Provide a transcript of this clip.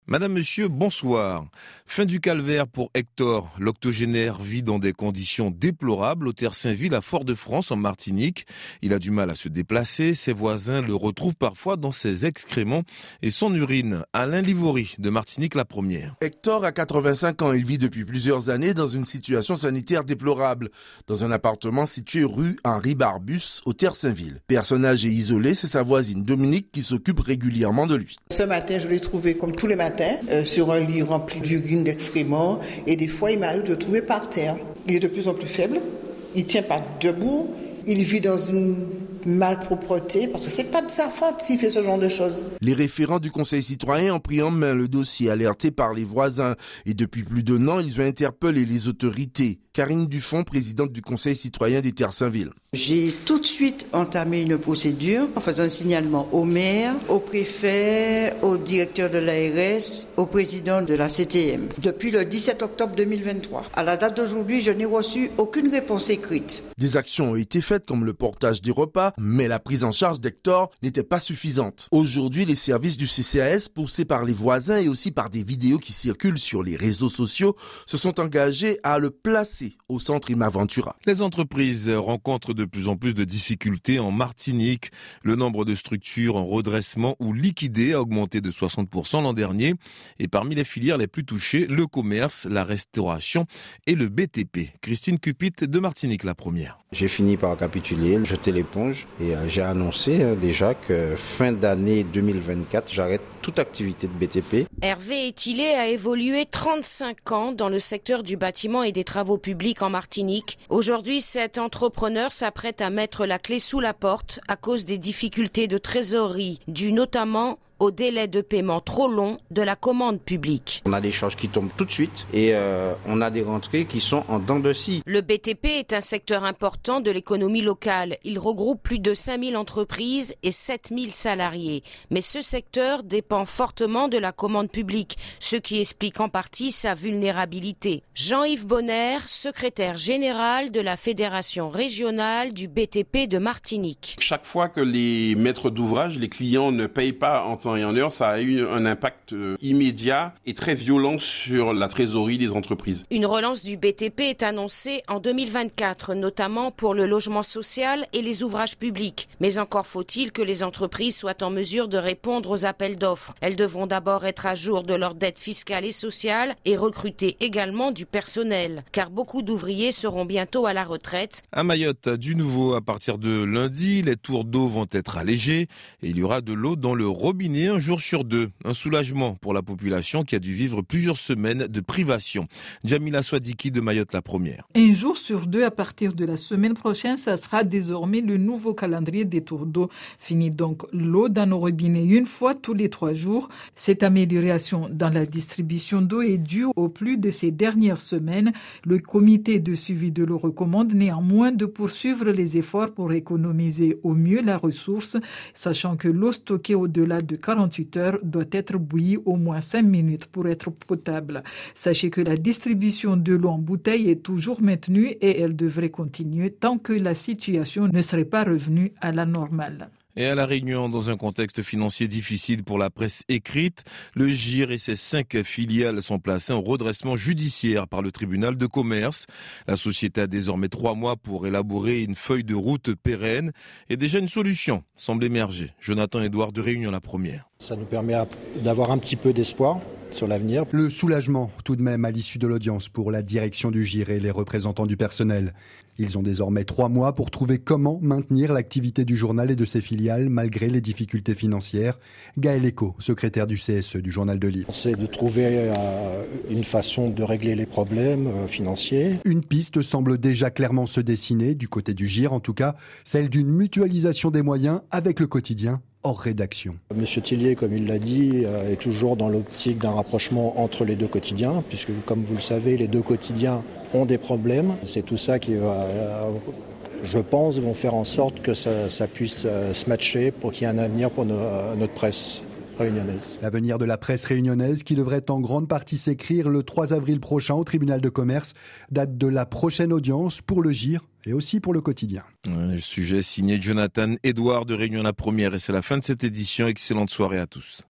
Madame, monsieur, bonsoir. Fin du calvaire pour Hector. L'octogénaire vit dans des conditions déplorables au Terre Saint-Ville à Fort-de-France en Martinique. Il a du mal à se déplacer. Ses voisins le retrouvent parfois dans ses excréments et son urine. Alain Livory de Martinique la Première. Hector a 85 ans. Il vit depuis plusieurs années dans une situation sanitaire déplorable, dans un appartement situé rue Henri Barbus au Terre Saint-Ville. Personnage et isolé, c'est sa voisine Dominique qui s'occupe régulièrement de lui. Ce matin, je l'ai trouvé comme tous les matins, sur un lit rempli d'urine, d'excréments, et des fois, il m'arrive de le trouver par terre. Il est de plus en plus faible, il ne tient pas debout, il vit dans une malpropreté, parce que c'est pas de sa faute s'il fait ce genre de choses. Les référents du Conseil citoyen ont pris en main le dossier alerté par les voisins, et depuis plus d'1 an, ils ont interpellé les autorités. Karine Dufont, présidente du Conseil citoyen des Terres Saint-Ville. J'ai tout de suite entamé une procédure en faisant un signalement au maire, au préfet, au directeur de l'ARS, au président de la CTM. Depuis le 17 octobre 2023. À la date d'aujourd'hui, je n'ai reçu aucune réponse écrite. Des actions ont été faites comme le portage des repas, mais la prise en charge d'Hector n'était pas suffisante. Aujourd'hui, les services du CCAS, poussés par les voisins et aussi par des vidéos qui circulent sur les réseaux sociaux, se sont engagés à le placer au centre Imaventura. Les entreprises rencontrent de plus en plus de difficultés en Martinique. Le nombre de structures en redressement ou liquidées a augmenté de 60% l'an dernier. Et parmi les filières les plus touchées, le commerce, la restauration et le BTP. Christine Cupit de Martinique la Première. J'ai fini par capituler, jeter l'éponge et j'ai annoncé déjà que fin d'année 2024, j'arrête toute activité de BTP. Hervé Étilé a évolué 35 ans dans le secteur du bâtiment et des travaux publics en Martinique. Aujourd'hui, cet entrepreneur s'apprête à mettre la clé sous la porte à cause des difficultés de trésorerie, dues notamment au délai de paiement trop long de la commande publique. On a des charges qui tombent tout de suite et on a des rentrées qui sont en dents de scie. Le BTP est un secteur important de l'économie locale. Il regroupe plus de 5000 entreprises et 7000 salariés. Mais ce secteur dépend fortement de la commande publique, ce qui explique en partie sa vulnérabilité. Jean-Yves Bonner, secrétaire général de la Fédération régionale du BTP de Martinique. Chaque fois que les maîtres d'ouvrage, les clients ne payent pas en temps et en heure, ça a eu un impact immédiat et très violent sur la trésorerie des entreprises. Une relance du BTP est annoncée en 2024, notamment pour le logement social et les ouvrages publics. Mais encore faut-il que les entreprises soient en mesure de répondre aux appels d'offres. Elles devront d'abord être à jour de leurs dettes fiscales et sociales et recruter également du personnel, car beaucoup d'ouvriers seront bientôt à la retraite. À Mayotte, du nouveau à partir de lundi, les tours d'eau vont être allégés et il y aura de l'eau dans le robinet 1 jour sur 2. Un soulagement pour la population qui a dû vivre plusieurs semaines de privation. Jamila Swadiki de Mayotte la Première. 1 jour sur 2 à partir de la semaine prochaine, ça sera désormais le nouveau calendrier des tours d'eau. Fini donc l'eau dans nos robinets 1 fois tous les 3 jours. Cette amélioration dans la distribution d'eau est due au plus de ces dernières semaines. Le comité de suivi de l'eau recommande néanmoins de poursuivre les efforts pour économiser au mieux la ressource, sachant que l'eau stockée au-delà de 48 heures doit être bouillie au moins 5 minutes pour être potable. Sachez que la distribution de l'eau en bouteille est toujours maintenue et elle devrait continuer tant que la situation ne serait pas revenue à la normale. Et à La Réunion, dans un contexte financier difficile pour la presse écrite, le GIR et ses 5 filiales sont placés en redressement judiciaire par le tribunal de commerce. La société a désormais 3 mois pour élaborer une feuille de route pérenne et déjà une solution semble émerger. Jonathan Edouard de Réunion la Première. Ça nous permet d'avoir un petit peu d'espoir sur l'avenir. Le soulagement tout de même à l'issue de l'audience pour la direction du GIR et les représentants du personnel. Ils ont désormais 3 mois pour trouver comment maintenir l'activité du journal et de ses filiales malgré les difficultés financières. Gaël Eco, secrétaire du CSE du journal de Lille. C'est de trouver une façon de régler les problèmes financiers. Une piste semble déjà clairement se dessiner, du côté du GIR en tout cas, celle d'une mutualisation des moyens avec le quotidien hors rédaction. Monsieur Tillier, comme il l'a dit, est toujours dans l'optique d'un rapprochement entre les 2 quotidiens, puisque comme vous le savez, les 2 quotidiens ont des problèmes. C'est tout ça qui va, je pense, vont faire en sorte que ça puisse se matcher pour qu'il y ait un avenir pour notre presse réunionnaise. L'avenir de la presse réunionnaise qui devrait en grande partie s'écrire le 3 avril prochain au tribunal de commerce, date de la prochaine audience pour le GIR et aussi pour le quotidien. Le sujet signé Jonathan Edouard de Réunion la Première et c'est la fin de cette édition. Excellente soirée à tous.